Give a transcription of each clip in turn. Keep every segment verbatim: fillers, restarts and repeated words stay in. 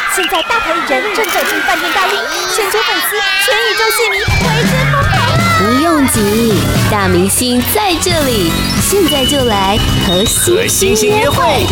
现在大牌艺人正走进饭店大厅，全球粉丝、全宇宙戏迷为之疯狂啊！ 不用急，大明星在这里，现在就来和星星约会。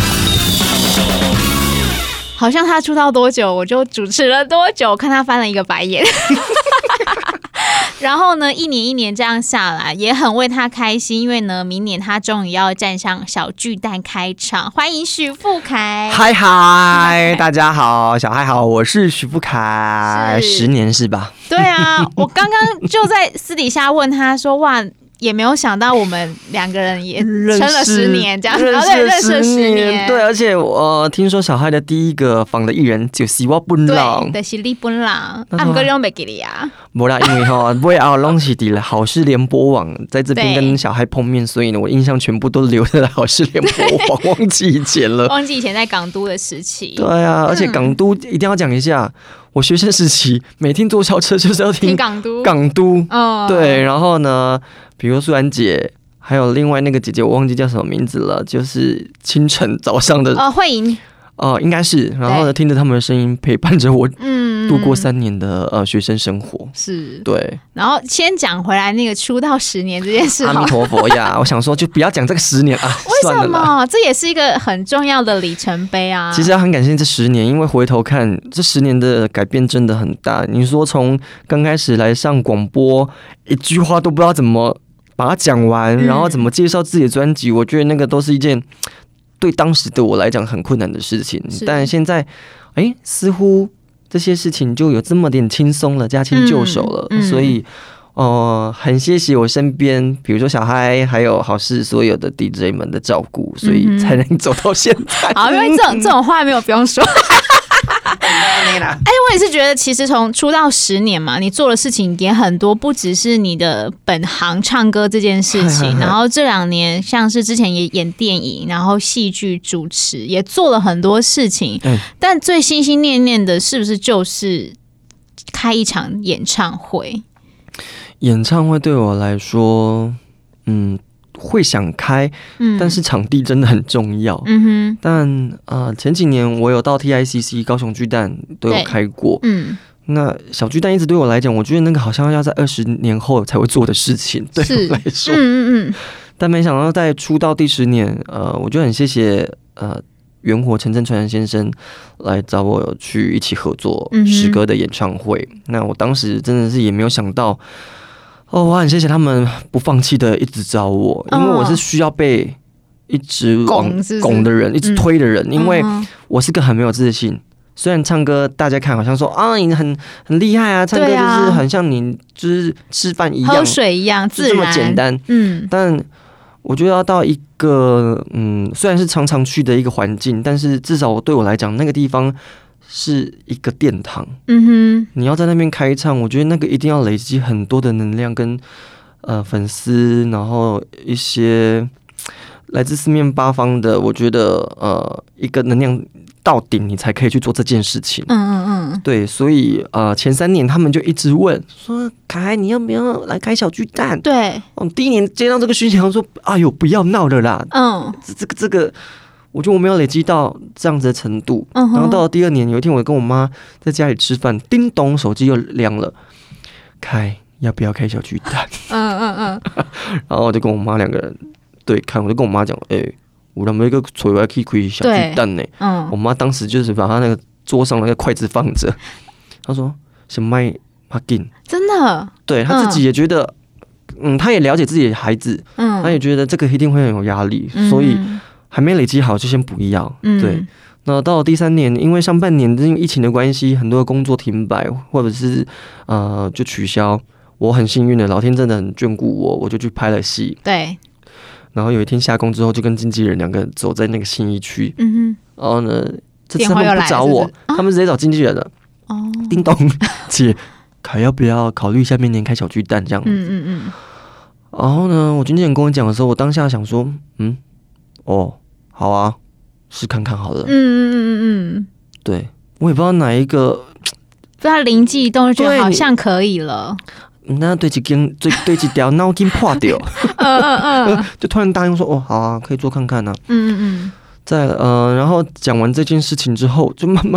好像他出道多久，我就主持了多久，看他翻了一个白眼。然后呢，一年一年这样下来，也很为他开心，因为呢，明年他终于要站上小巨蛋开场，欢迎许富凯。 嗨嗨，大家好，小嗨好，我是许富凯，十年是吧？ 对啊，我刚刚就在私底下问他说，哇。也没有想到我们两个人也撑了十年这样，然后对认识了十年， 对，而且我、呃、听说小嗨的第一个访的艺人就是我本人， 对，就是你本人，啊，不过你都没给你啊。 没啦，因为哈，尾后拢是伫好事联播网在这边跟小嗨碰面，所以呢，我印象全部都留在好事联播网，忘记以前了， 忘记以前在港都的时期。 对啊，而且港都一定要讲一下。嗯我学生时期每天坐校车就是要听港都， 港都， 哦， 对，然后呢，比如素兰姐，还有另外那个姐姐，我忘记叫什么名字了，就是清晨早上的， 哦，慧莹， 哦、呃，应该是，然后呢，听着他们的声音，陪伴着我，嗯，度过三年的呃学生生活， 是， 对。 然后先讲回来那个出道十年这件事， 阿弥陀佛呀！我想说，就不要讲这个十年啊， 为什么？这也是一个很重要的里程碑啊。 其实很感谢这十年，因为回头看这十年的改变真的很大。你说从刚开始来上广播，一句话都不知道怎么把它讲完，嗯、然后怎么介绍自己的专辑，我觉得那个都是一件对当时的我来讲很困难的事情。但现在，哎，似乎这些事情就有这么点轻松了，驾轻就熟了，嗯嗯、所以。哦、呃，很谢谢我身边，比如说小嗨，还有好事所有的 D J 们的照顾，所以才能走到现在。 好，因为这种这种话没有不用说。哎，我也是觉得，其实从出道十年嘛，你做的事情也很多，不只是你的本行唱歌这件事情，然后这两年像是之前也演电影，然后戏剧主持，也做了很多事情。嗯、但最心心念念的是不是就是开一场演唱会？ 演唱会对我来说，嗯，会想开，嗯、但是场地真的很重要。嗯哼，但呃前几年我有到 T I C C 高雄巨蛋都有开过，嗯，那小巨蛋一直对我来讲，我觉得那个好像要在二十年后才会做的事情，对我来说，嗯嗯嗯。但没想到在出道第十年，呃，我就很谢谢呃元火陈振川先生来找我去一起合作诗歌的演唱会。嗯、那我当时真的是也没有想到。哦，我很谢谢他们不放弃的一直找我，因为我是需要被一直往拱的人，一直推的人，因为我是个很没有自信。虽然唱歌大家看好像说啊你很很厉害啊，唱歌就是很像你就是吃饭一样， 喝水一样自然， 这么简单。嗯，但我觉得要到一个嗯，虽然是常常去的一个环境，但是至少对我来讲，那个地方。是一个殿堂，嗯哼，你要在那边开唱，我觉得那个一定要累积很多的能量跟呃粉丝，然后一些来自四面八方的，我觉得呃一个能量到顶，你才可以去做这件事情。嗯嗯嗯，对，所以呃前三年他们就一直问说，凯你要不要来开小巨蛋？ 对， 哦，第一年接到这个讯息，我说哎呦不要闹了啦，嗯，这这个这个。我觉得我没有累积到这样子的程度，嗯、然后到了第二年，有一天我跟我妈在家里吃饭，叮咚，手机又亮了，开要不要开小巨蛋？嗯嗯嗯，然后我就跟我妈两个人对看，我就跟我妈讲，哎、欸，我那么一个锤来可以开小巨蛋呢，嗯，我妈当时就是把她那个桌上那个筷子放着，她说想卖怕紧， 真的， 对她自己也觉得，嗯，她也了解自己的孩子，嗯，她也觉得这个一定会很有压力，嗯、所以。还没累积好就先不要，嗯、对。那到了第三年，因为上半年因为疫情的关系，很多的工作停摆，或者是呃就取消。我很幸运的，老天真的很眷顾我，我就去拍了戏。 对。 然后有一天下工之后，就跟经纪人两个人走在那个信义区，嗯哼。然后呢，这次他们不找我，是是啊、他们直接找经纪人了。哦。叮咚，姐，凯要不要考虑一下明年开小巨蛋这样子？嗯嗯嗯。然后呢，我经纪人跟我讲的时候，我当下想说，嗯。哦，好啊，试看看好了。嗯嗯嗯嗯嗯，对我也不知道哪一个， 不知道灵机一动就觉得好像可以了。 那对几根对对几条脑筋破掉，嗯嗯嗯，就突然答应说哦，好啊，可以做看看啊。嗯嗯嗯。再呃，然后讲完这件事情之后，就慢慢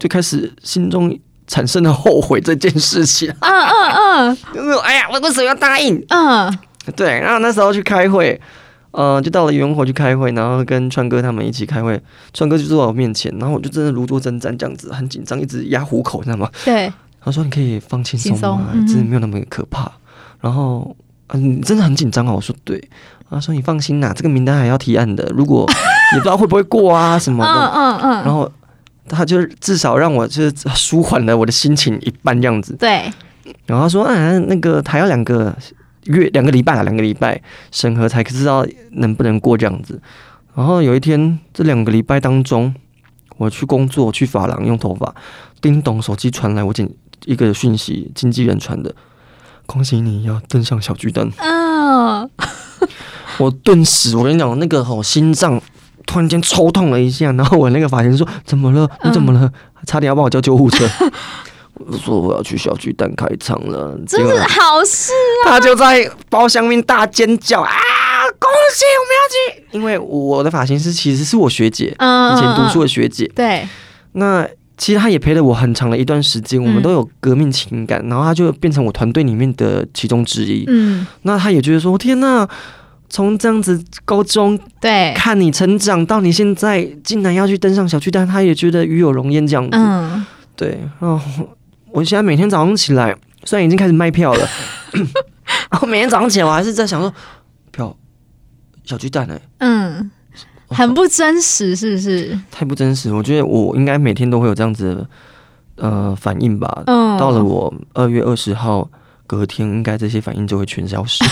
就开始心中产生了后悔这件事情。 嗯嗯嗯， 就是哎呀，我为什么要答应？ 嗯， 对，然后那时候去开会。呃，就到了元火去开会，然后跟川哥他们一起开会。川哥就坐在我面前，然后我就真的如坐针毡这样子，很紧张，一直压虎口，你知道吗？ 对。 他说：“你可以放轻松吗？ 嗯、 真的没有那么可怕。”然后，嗯、呃，真的很紧张啊。我说：“对。”他说：“你放心啦，这个名单还要提案的，如果也不知道会不会过啊什么的。”嗯嗯嗯。然后他就至少让我就是舒缓了我的心情一半这样子。 对。 然后他说：“啊，那个还要两个。”月两个礼拜啊，两个礼拜审核才知道能不能过这样子。然后有一天，这两个礼拜当中，我去工作，去发廊用头发，叮咚，手机传来我简一个讯息，经纪人传的，恭喜你要登上小巨蛋。嗯，我顿时，我跟你讲，那个吼心脏突然间抽痛了一下，然后我那个发型说：“怎么了？你怎么了？”嗯、差点要帮我叫救护车。我说我要去小巨蛋开唱了， 真是好事啊！ 他就在包厢面大尖叫啊！恭喜我们要去，因为我的发型师其实是我学姐，嗯、以前读书的学姐。 对， 那其实他也陪了我很长的一段时间，我们都有革命情感，嗯、然后他就变成我团队里面的其中之一。嗯，那他也觉得说，天哪！从这样子高中对看你成长到你现在竟然要去登上小巨蛋，他也觉得与有荣焉这样子。嗯，对，然后。我现在每天早上起来，虽然已经开始卖票了，然后每天早上起来我还是在想说，票小巨蛋哎、欸， 嗯，很不真实，是不是？ 太不真实，我觉得我应该每天都会有这样子的呃反应吧。嗯，到了我二月二十号隔天，应该这些反应就会全消失。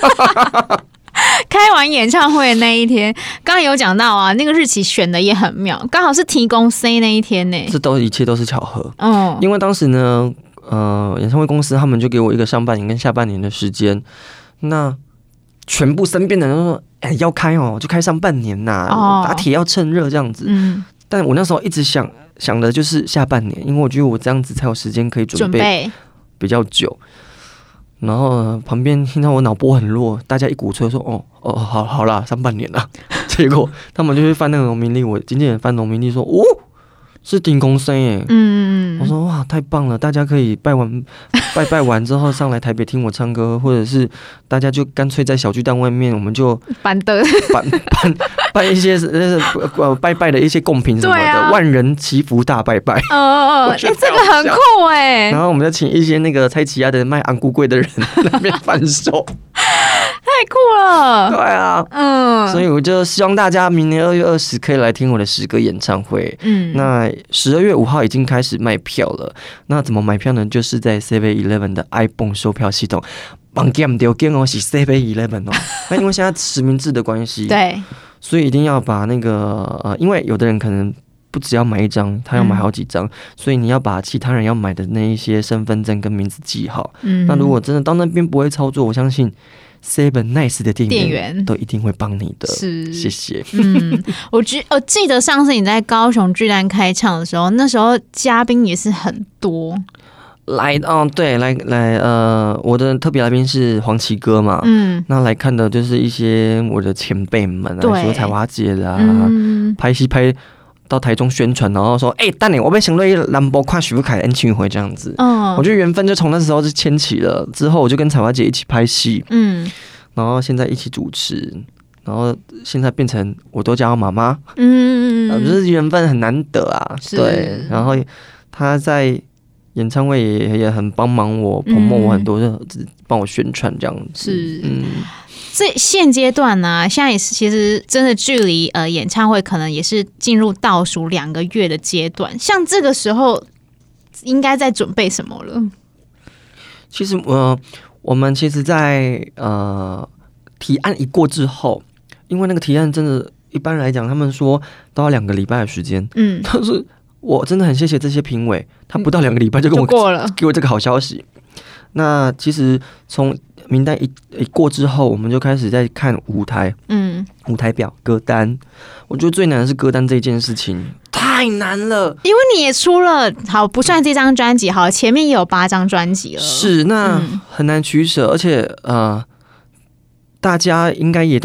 开完演唱会的那一天，刚刚有讲到啊，那个日期选的也很妙，刚好是提供 C 那一天呢、欸。 这都一切都是巧合。嗯，因为当时呢，呃，演唱会公司他们就给我一个上半年跟下半年的时间，那全部身边的人都说，哎、欸，要开哦，就开上半年呐、啊，哦、打铁要趁热这样子。嗯，但我那时候一直想想的就是下半年，因为我觉得我这样子才有时间可以准备比较久。然后旁边听到我脑波很弱，大家一鼓吹说：“哦哦，好好啦，上半年啦。”结果他们就去翻那个农民历，我经纪人翻农民历说：“哦，是顶公生耶。”嗯，我说：“哇，太棒了！大家可以拜完拜拜完之后上来台北听我唱歌，或者是大家就干脆在小巨蛋外面，我们就办的办办办一些呃拜拜的一些贡品什么的，啊、万人祈福大拜拜。” 哦哦哦，哎，这个很酷哎。 然后我们就请一些那个蔡奇亚的卖昂咕贵的人那边贩售。 太酷了， 对啊，嗯，所以我就希望大家明年二月二十可以来听我的诗歌演唱会。嗯，那十二月五号已经开始卖票了。那怎么买票呢？就是在 seven eleven 的 iPhone 售票系统。忘记唔丢件哦，是 seven eleven 哦。那因为现在实名制的关系， 对， 所以一定要把那个呃，因为有的人可能不只要买一张，他要买好几张，嗯、所以你要把其他人要买的那一些身份证跟名字记好。嗯，那如果真的到那边不会操作，我相信。Seven Nice 的店员都一定会帮你的，是，谢谢。 嗯，我记我记得上次你在高雄巨蛋开唱的时候，那时候嘉宾也是很多。 来，哦，对，来来，呃，我的特别来宾是黄绮哥嘛，嗯，那来看的就是一些我的前辈们啊，说彩华姐啦，嗯、拍戏拍。到台中宣传，然后说：“哎、欸，等你，我被想瑞兰博看许富凯演唱会这样子。”嗯，我觉得缘分就从那时候就牵起了。之后我就跟彩华姐一起拍戏，嗯，然后现在一起主持，然后现在变成我都叫她妈妈，嗯，我觉得缘分很难得啊。对，然后她在演唱会也也很帮忙我，捧捧我很多，就帮我宣传这样子。是，嗯。 这现阶段呢、啊，现在也是其实真的距离呃演唱会可能也是进入倒数两个月的阶段。像这个时候，应该在准备什么了？ 其实呃，我们其实在，在呃提案一过之后，因为那个提案真的，一般来讲，他们说都要两个礼拜的时间。嗯，但是我真的很谢谢这些评委，他不到两个礼拜就跟我过了， 给我这个好消息。那其实从名单一一过之后，我们就开始在看舞台，嗯，舞台表、歌单。我觉得最难的是歌单这件事情，太难了。 因为你也出了，好不算这张专辑，好前面也有八张专辑了， 是那很难取舍，而且呃，大家应该也都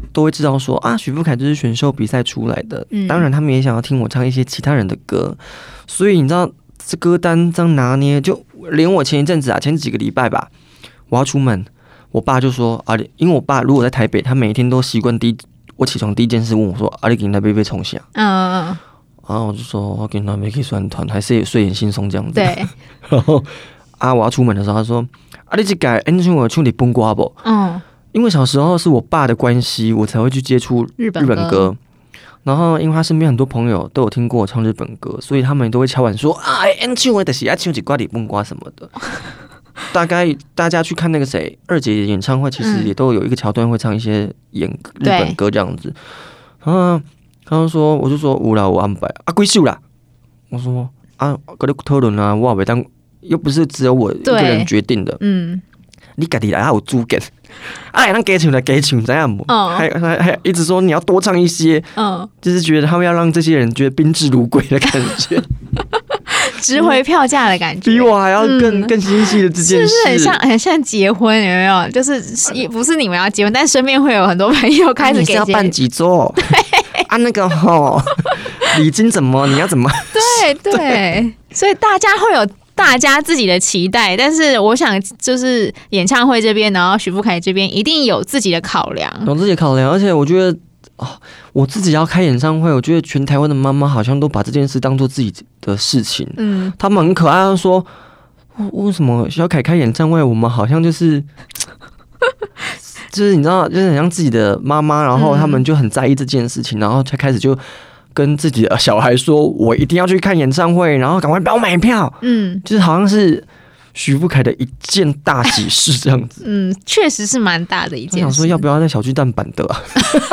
都会知道说啊，许富凯就是选秀比赛出来的，嗯、当然他们也想要听我唱一些其他人的歌，所以你知道这歌单这样拿捏，就连我前一阵子啊，前几个礼拜吧，我要出门，我爸就说啊，因为我爸如果在台北，他每天都习惯第一我起床第一件事问我说啊，你今天被被冲下？嗯嗯嗯。然后我就说我今天没去算团，还是睡眼惺忪这样子。 对。 然后啊，我要出门的时候，他说啊，你这改，哎，你去我去你崩瓜不？嗯。因为小时候是我爸的关系，我才会去接触日本 歌, 日本歌。然后因为他身边很多朋友都有听过我唱日本歌，所以他们都会敲碗说啊，你唱的就是要唱一挂里崩瓜什么的。大概大家去看那个谁二姐的演唱会，其实也都有一个桥段会唱一些演日本歌这样子。啊，他就说，我就说有啦，我安排啊，几首啦。我说啊，跟你讨论啊，我也没当，又不是只有我一个人决定的。嗯。你自己来有主见，啊，让给唱的给唱，这样不？还还还一直说你要多唱一些，嗯，就是觉得他们要让这些人觉得宾至如归的感觉， 值回票价的感觉， 比我还要更、嗯、更心细的这件事， 是不是很像很像结婚？有没有？就是也不是你们要结婚，但身边会有很多朋友开始给、 啊、你是要办几桌？啊，那个吼，礼金怎么？你要怎么？ 对 对, 对，所以大家会有大家自己的期待，但是我想就是演唱会这边，然后许富凯这边一定有自己的考量， 有自己的考量，而且我觉得、哦、我自己要开演唱会，我觉得全台湾的妈妈好像都把这件事当做自己的事情，嗯，他们很可爱，说为什么小凯开演唱会，我们好像就是就是你知道，就是很像自己的妈妈，然后他们就很在意这件事情，然后才开始就跟自己的小孩说，我一定要去看演唱会，然后赶快帮我买票。嗯，就是好像是许富凯的一件大喜事这样子。 嗯，确实是蛮大的一件事。 我想说，要不要在小巨蛋版的、啊？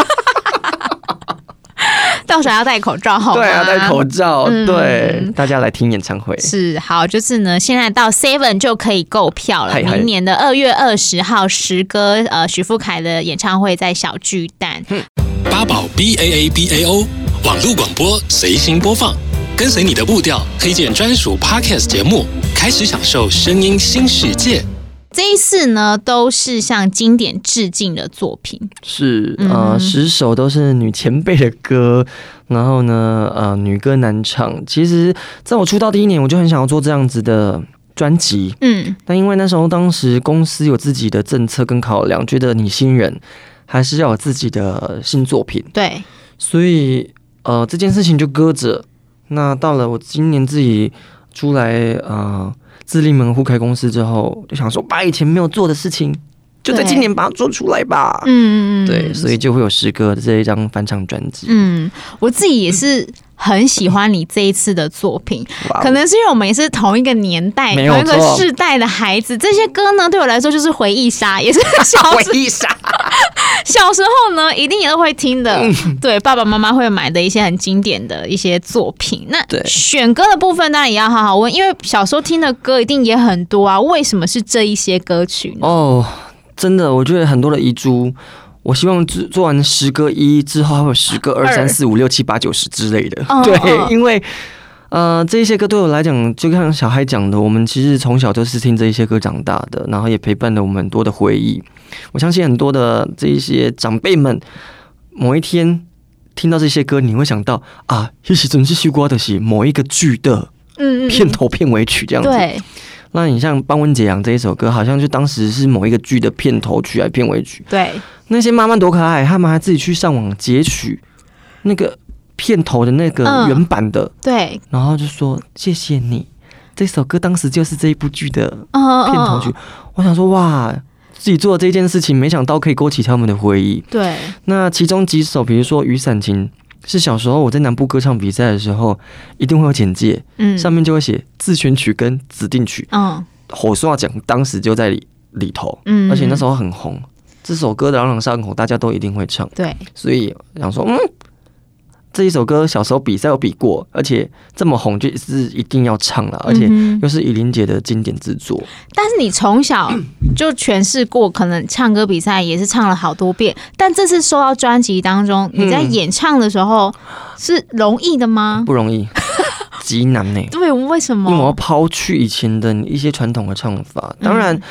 到时候要戴口罩好吗？ 对啊，戴口罩、嗯。对，大家来听演唱会是好，就是呢，现在到 Seven 就可以购票了。嗨嗨明年的二月二十号，时歌呃许富凯的演唱会在小巨蛋。 嗯、八宝 B A A B A O 网络广播随心播放，跟随你的步调，推荐专属 Podcast 节目，开始享受声音新世界。 这一次呢，都是向经典致敬的作品， 是呃，十首都是女前辈的歌，然后呢，呃，女歌男唱。其实，在我出道第一年，我就很想要做这样子的专辑，嗯，但因为那时候当时公司有自己的政策跟考量，觉得你新人还是要有自己的新作品， 对， 所以呃，这件事情就搁着。那到了我今年自己出来，呃。自立门户开公司之后，就想说把以前没有做的事情，就在今年把它做出来吧。嗯嗯，对，所以就会有十歌的这一张翻唱专辑。 嗯，我自己也是很喜欢你这一次的作品，可能是因为我们也是同一个年代、同一个世代的孩子，这些歌呢对我来说就是回忆杀，也是小回忆杀。 小时候呢，一定也都会听的，嗯、对爸爸妈妈会买的一些很经典的一些作品。那选歌的部分当然也要好好问，因为小时候听的歌一定也很多啊。为什么是这一些歌曲呢？ 哦，真的，我觉得很多的遗珠。我希望做完十歌一之后，还有十歌二三四五六七八九十之类的。哦、对，哦、因为呃，这些歌对我来讲，就像小孩讲的，我们其实从小都是听这些歌长大的，然后也陪伴了我们很多的回忆。我相信很多的这一些长辈们，某一天听到这些歌，你会想到啊，其实真是西瓜的是某一个剧的片头片尾曲这样子。嗯嗯对。那你像邦文杰阳这一首歌，好像就当时是某一个剧的片头曲还片尾曲。 对。那些妈妈多可爱，他们还自己去上网截取那个片头的那个原版的。嗯、对。然后就说谢谢你，这首歌当时就是这一部剧的片头曲。哦哦我想说哇。自己做的这件事情，没想到可以勾起他们的回忆。对，那其中几首，比如说《雨伞情》，是小时候我在南部歌唱比赛的时候，一定会有简介，嗯，上面就会写自选曲跟指定曲，嗯，火刷奖当时就在 里, 里头，嗯，而且那时候很红，这首歌的朗朗上口，大家都一定会唱，对，所以想说，嗯。这一首歌小时候比赛有比过，而且这么红就是一定要唱了，而且又是以琳姐的经典之作。 但是你从小就诠释过，可能唱歌比赛也是唱了好多遍。但这次收到专辑当中，你在演唱的时候、嗯、是容易的吗？ 不容易，极难呢、欸。 对，为什么？ 因为我要抛去以前的一些传统的唱法，当然。嗯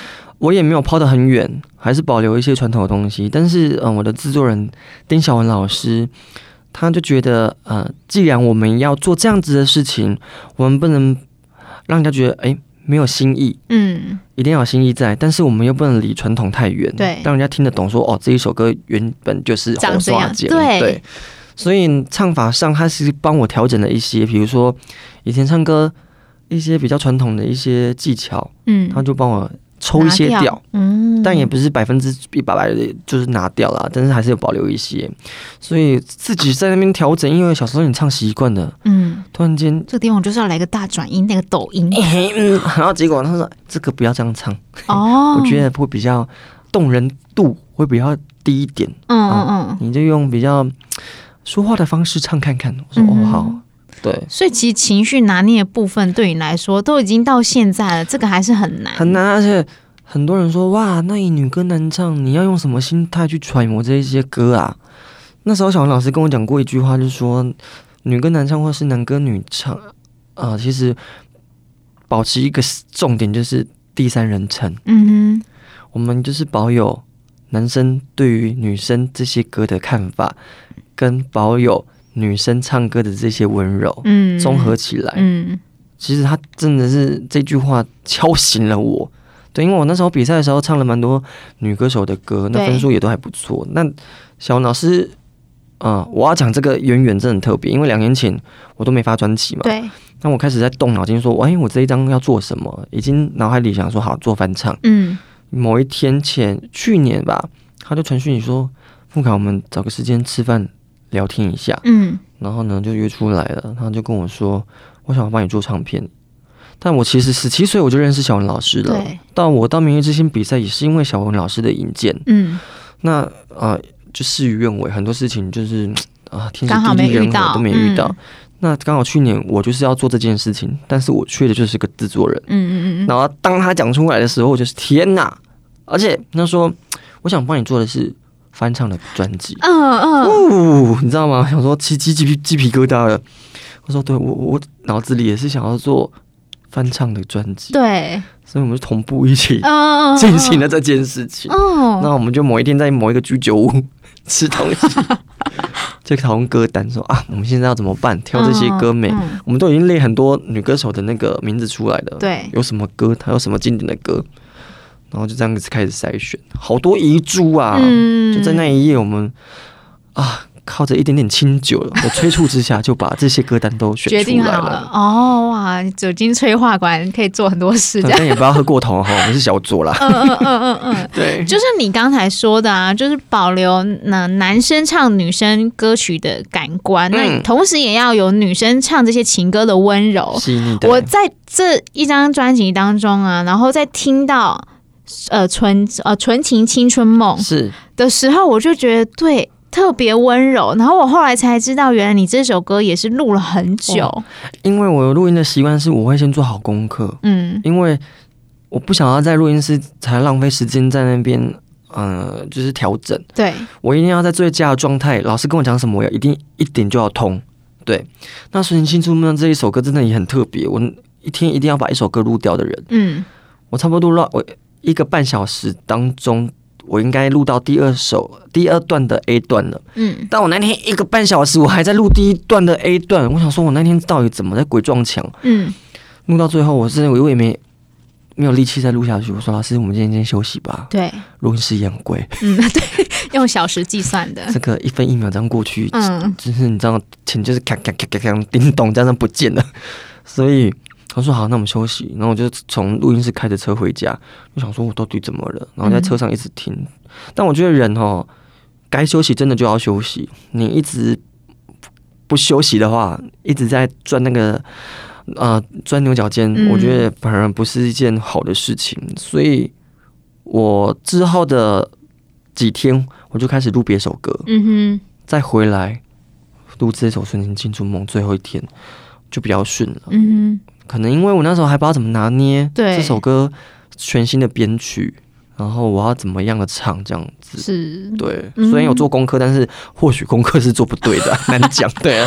我也没有抛得很远，还是保留一些传统的东西。但是，嗯，我的制作人丁晓文老师，他就觉得，呃，既然我们要做这样子的事情，我们不能让人家觉得，哎、欸，没有新意，嗯，一定要有新意在，但是我们又不能离传统太远， 对， 让人家听得懂说，哦，这一首歌原本就是长这样， 对对。所以唱法上，他是帮我调整了一些，比如说以前唱歌一些比较传统的一些技巧，嗯，他就帮我抽一些掉，嗯，但也不是百分之一百百的，就是拿掉了，但是还是有保留一些，所以自己在那边调整，因为小时候你唱习惯了，嗯，突然间这个地方就是要来个大转音，那个抖音， 欸嗯，然后结果他说这个不要这样唱，哦，我觉得会比较动人度会比较低一点，嗯嗯嗯，你就用比较说话的方式唱看看，我说、嗯、哦好。对， 所以其实情绪拿捏的部分对你来说都已经到现在了，这个还是很难， 很难。而且很多人说，哇，那以女歌男唱，你要用什么心态去揣摩这些歌啊？那时候小文老师跟我讲过一句话，就是说，女歌男唱或是男歌女唱，呃，其实保持一个重点就是第三人称。嗯哼，我们就是保有男生对于女生这些歌的看法，跟保有女生唱歌的这些温柔，嗯，综合起来，嗯，其实他真的是这句话敲醒了我。对，因为我那时候比赛的时候唱了蛮多女歌手的歌，那分数也都还不错。那小文老师，呃，我要讲这个渊源真的很特别，因为两年前我都没发专辑嘛， 对。 那我开始在动脑筋说，哎，我这一张要做什么？已经脑海里想说好做翻唱。嗯，某一天前去年吧，他就传讯你说，富凯，我们找个时间吃饭。聊天一下，嗯，然后呢就约出来了，他就跟我说，我想要帮你做唱片。但我其实十七岁我就认识小文老师了，对，到我到明日之星比赛也是因为小文老师的引荐，嗯，那呃就事与愿违，很多事情就是啊天时地利人和都没遇到。嗯、那刚好去年我就是要做这件事情，但是我缺的就是个制作人，嗯嗯嗯，然后当他讲出来的时候，我就是天哪！而且他说，我想帮你做的是。翻唱的专辑，嗯嗯，哦，你知道吗？想说起鸡鸡皮鸡皮疙瘩了。我说对，我我脑子里也是想要做翻唱的专辑， 对， 所以我们就同步一起进行了这件事情。嗯，那我们就某一天在某一个居酒屋吃东西，就讨论歌单，说啊，我们现在要怎么办？挑这些歌美，嗯嗯、我们都已经列很多女歌手的那个名字出来了， 对， 有什么歌，她有什么经典的歌。然后就这样子开始筛选，好多遗珠啊！嗯、就在那一夜，我们啊靠着一点点清酒的催促之下，就把这些歌单都选出来了。决定好了哦，哇！酒精催化果然可以做很多事， 但也不要喝过头哈，我们是小酌啦。 嗯嗯嗯嗯嗯， 对， 就是你刚才说的啊，就是保留那男生唱女生歌曲的感官，嗯、那同时也要有女生唱这些情歌的温柔。 细腻的。 我在这一张专辑当中啊，然后再听到。呃，纯呃纯情青春梦是的时候，我就觉得对特别温柔。然后我后来才知道，原来你这首歌也是录了很久。哦、 因为我录音的习惯是，我会先做好功课。嗯，因为我不想要在录音室才浪费时间在那边，呃，就是调整。 对， 我一定要在最佳的状态。老师跟我讲什么，我要一定一点就要通。对，那《纯情青春梦》这一首歌真的也很特别。我一天一定要把一首歌录掉的人。嗯，我差不多录我。一个半小时当中，我应该录到第二首第二段的 A 段了。嗯，但我那天一个半小时，我还在录第一段的 A 段。我想说，我那天到底怎么在鬼撞墙？嗯，录到最后，我是我也没没有力气再录下去。我说老师，我们今天先休息吧。 对， 录音室也很贵。 嗯，对，用小时计算的。 这个一分一秒这样过去，嗯，就是你知道，钱就是咔咔咔咔咔叮咚这样不见了，所以。他说好，那我们休息。然后我就从录音室开着车回家，就想说我到底怎么了？然后在车上一直听。嗯、但我觉得人哦，该休息真的就要休息。你一直不休息的话，一直在钻那个呃钻牛角尖，嗯、我觉得反而不是一件好的事情。所以我之后的几天，我就开始录别首歌，嗯哼，再回来录这首《纯情青春梦》，最后一天就比较顺了，嗯哼。可能因为我那时候还不知道怎么拿捏这首歌全新的编曲，然后我要怎么样的唱这样子， 是， 对，虽然有做功课，但是或许功课是做不对的，难讲，对啊。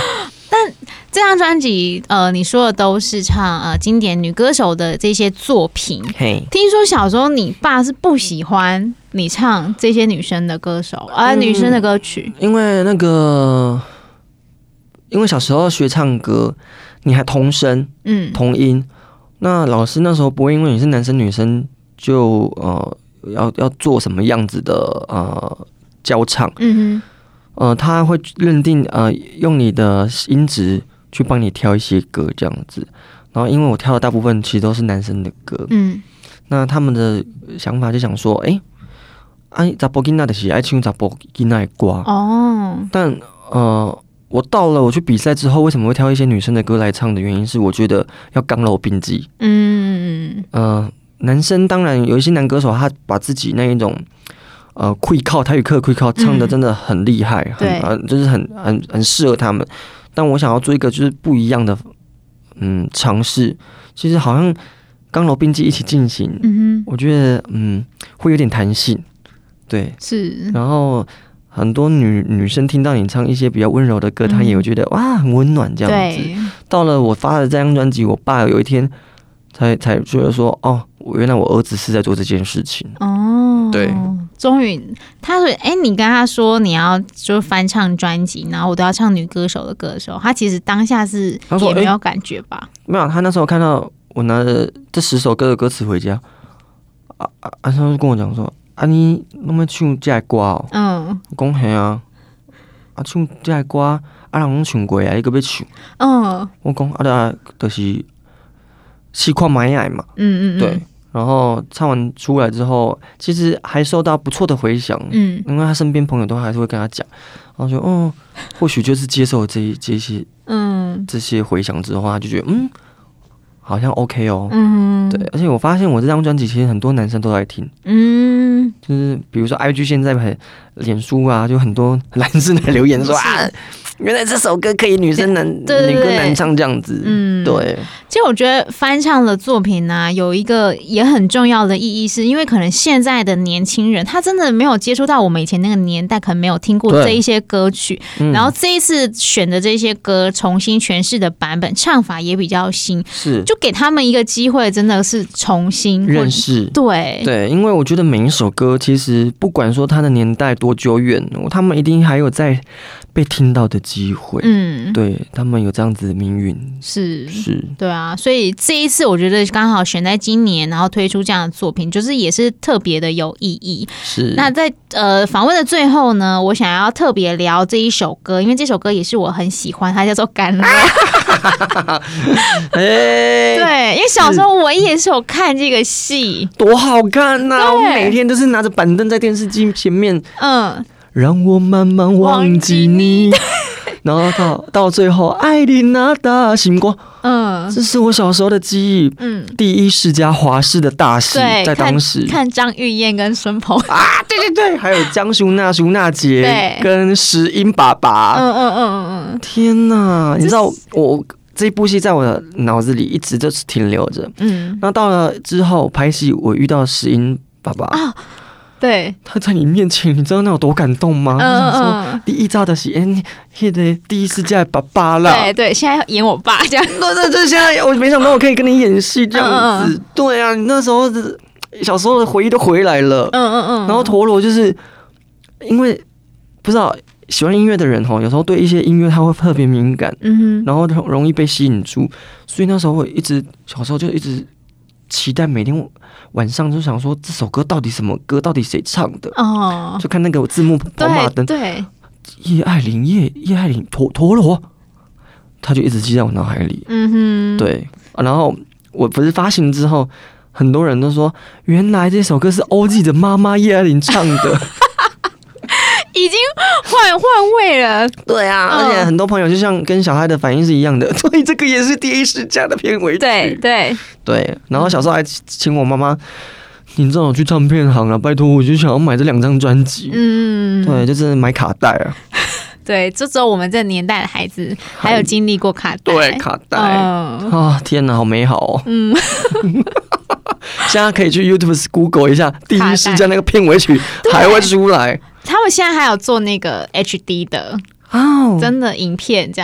但这张专辑，呃，你说的都是唱呃经典女歌手的这些作品。 嘿， 听说小时候你爸是不喜欢你唱这些女生的歌手啊、呃嗯，女生的歌曲， 因为那个，因为小时候学唱歌，你还同声，嗯，同音，那老师那时候不会因为你是男生女生就呃要要做什么样子的呃教唱，嗯哼。呃，他会认定呃，用你的音质去帮你挑一些歌这样子，然后因为我挑的大部分其实都是男生的歌，嗯，那他们的想法就想说，哎、欸，啊，查甫囡仔就是爱唱查甫囡仔的歌哦，但呃，我到了我去比赛之后，为什么会挑一些女生的歌来唱的原因是，我觉得要刚柔并济，嗯，呃，男生当然有一些男歌手，他把自己那一种。呃，会靠台语课会靠唱的真的很厉害，嗯、很呃，就是很很很适合他们。但我想要做一个就是不一样的嗯尝试，其实好像刚柔并济一起进行，嗯我觉得嗯会有点弹性，对， 是。 然后很多女女生听到你唱一些比较温柔的歌，她、嗯、也会觉得哇很温暖这样子。到了我发的这张专辑，我爸有一天才才觉得说，哦，原来我儿子是在做这件事情。哦，对。 终于，他说：“哎、欸，你跟他说你要就翻唱专辑，然后我都要唱女歌手的歌的时候，他其实当下是也没有感觉吧？ 欸、没有，他那时候看到我拿着这十首歌的歌词回家，啊啊，他就跟我讲说：啊，你弄要唱这歌哦？嗯，我讲嘿啊，啊唱这歌，啊人拢唱过啊，你搁要唱？嗯，我讲啊，啦，就是试看买爱嘛。嗯嗯嗯，对。”然后唱完出来之后，其实还受到不错的回响，嗯，因为他身边朋友都还是会跟他讲，然后说，哦，或许就是接受这这些，嗯，这些回响之后，他就觉得，嗯，好像 OK 哦，嗯，对，而且我发现我这张专辑其实很多男生都在听，嗯，就是比如说 I G 现在脸书啊，就很多男生来留言说啊。原来这首歌可以女生男女歌男唱这样子，嗯，对。 其实我觉得翻唱的作品呢、啊，有一个也很重要的意义，是因为可能现在的年轻人他真的没有接触到我们以前那个年代，可能没有听过这一些歌曲。嗯、然后这一次选的这些歌重新诠释的版本，唱法也比较新， 是就给他们一个机会，真的是重新认识。 对对，因为我觉得每一首歌其实不管说它的年代多久远，他们一定还有在被听到的机会，嗯，对他们有这样子的命运， 是是， 对啊，所以这一次我觉得刚好选在今年，然后推出这样的作品，就是也是特别的有意义。 是， 那在呃访问的最后呢，我想要特别聊这一首歌，因为这首歌也是我很喜欢，它叫做《甘露》。对，因为小时候我也是有看这个戏， 多好看呐、啊！我每天都是拿着板凳在电视机前面，嗯。让我慢慢忘记你，然后到到最后，爱你那大星光，嗯，这是我小时候的记忆，嗯，第一世家华视的大戏，在当时看张玉燕跟孙鹏啊，对对对，还有江淑娜、淑娜姐跟石英爸爸，嗯嗯嗯嗯嗯，天哪，你知道我这一部戏在我的脑子里一直就是停留着，嗯，然后到了之后拍戏，我遇到石英爸爸啊。 对， 他在你面前，你知道那有多感动吗？嗯嗯，第一扎的是，哎，那个第一世界爸爸啦。 对对，现在演我爸这样。 对对对，现在我没想到我可以跟你演戏这样子。嗯嗯对啊，你那时候的小时候的回忆都回来了。嗯嗯嗯。然后陀螺就是因为不知道喜欢音乐的人哈，有时候对一些音乐他会特别敏感，嗯哼，然后容易被吸引住，所以那时候我一直小时候就一直期待每天。晚上就想说这首歌到底什么歌，到底谁唱的？哦，就看那个字幕跑马灯， 对， 叶爱玲，叶叶爱玲，陀陀螺，他就一直记在我脑海里。嗯哼，对。然后我不是发行之后，很多人都说，原来这首歌是 O G 的妈妈叶爱玲唱的。 已经换换位了， 对啊，嗯、而且很多朋友就像跟小孩的反应是一样的，所以这个也是第一世家的片尾曲， 对对对。然后小时候还请我妈妈，你让我去唱片行啊，拜托，我就想要买这两张专辑，嗯，对，就是买卡带啊。 对，就只有我们这年代的孩子还有经历过卡带， 对卡带啊、嗯哦，天哪，好美好哦。嗯。现在可以去 YouTube Google 一下第一世家那个片尾曲还会出来。 他们现在还有做那个 H D 的哦，真的影片这样。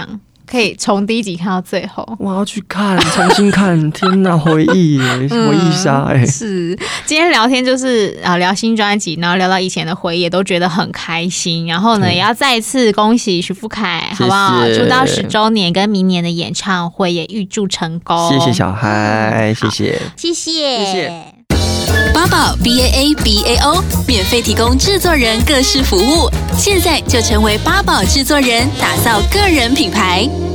可以从第一集看到最后。 我要去看，重新看，天哪，回忆耶，回忆杀哎、嗯！ 是，今天聊天就是啊聊新专辑，然后聊到以前的回忆，也都觉得很开心。然后呢，也要再次恭喜许富凯，好不好？出道十周年跟明年的演唱会也预祝成功。 谢谢小孩，谢谢， 谢谢，谢谢。 八宝 B A A B A O 免费提供制作人各式服务，现在就成为八宝制作人，打造个人品牌。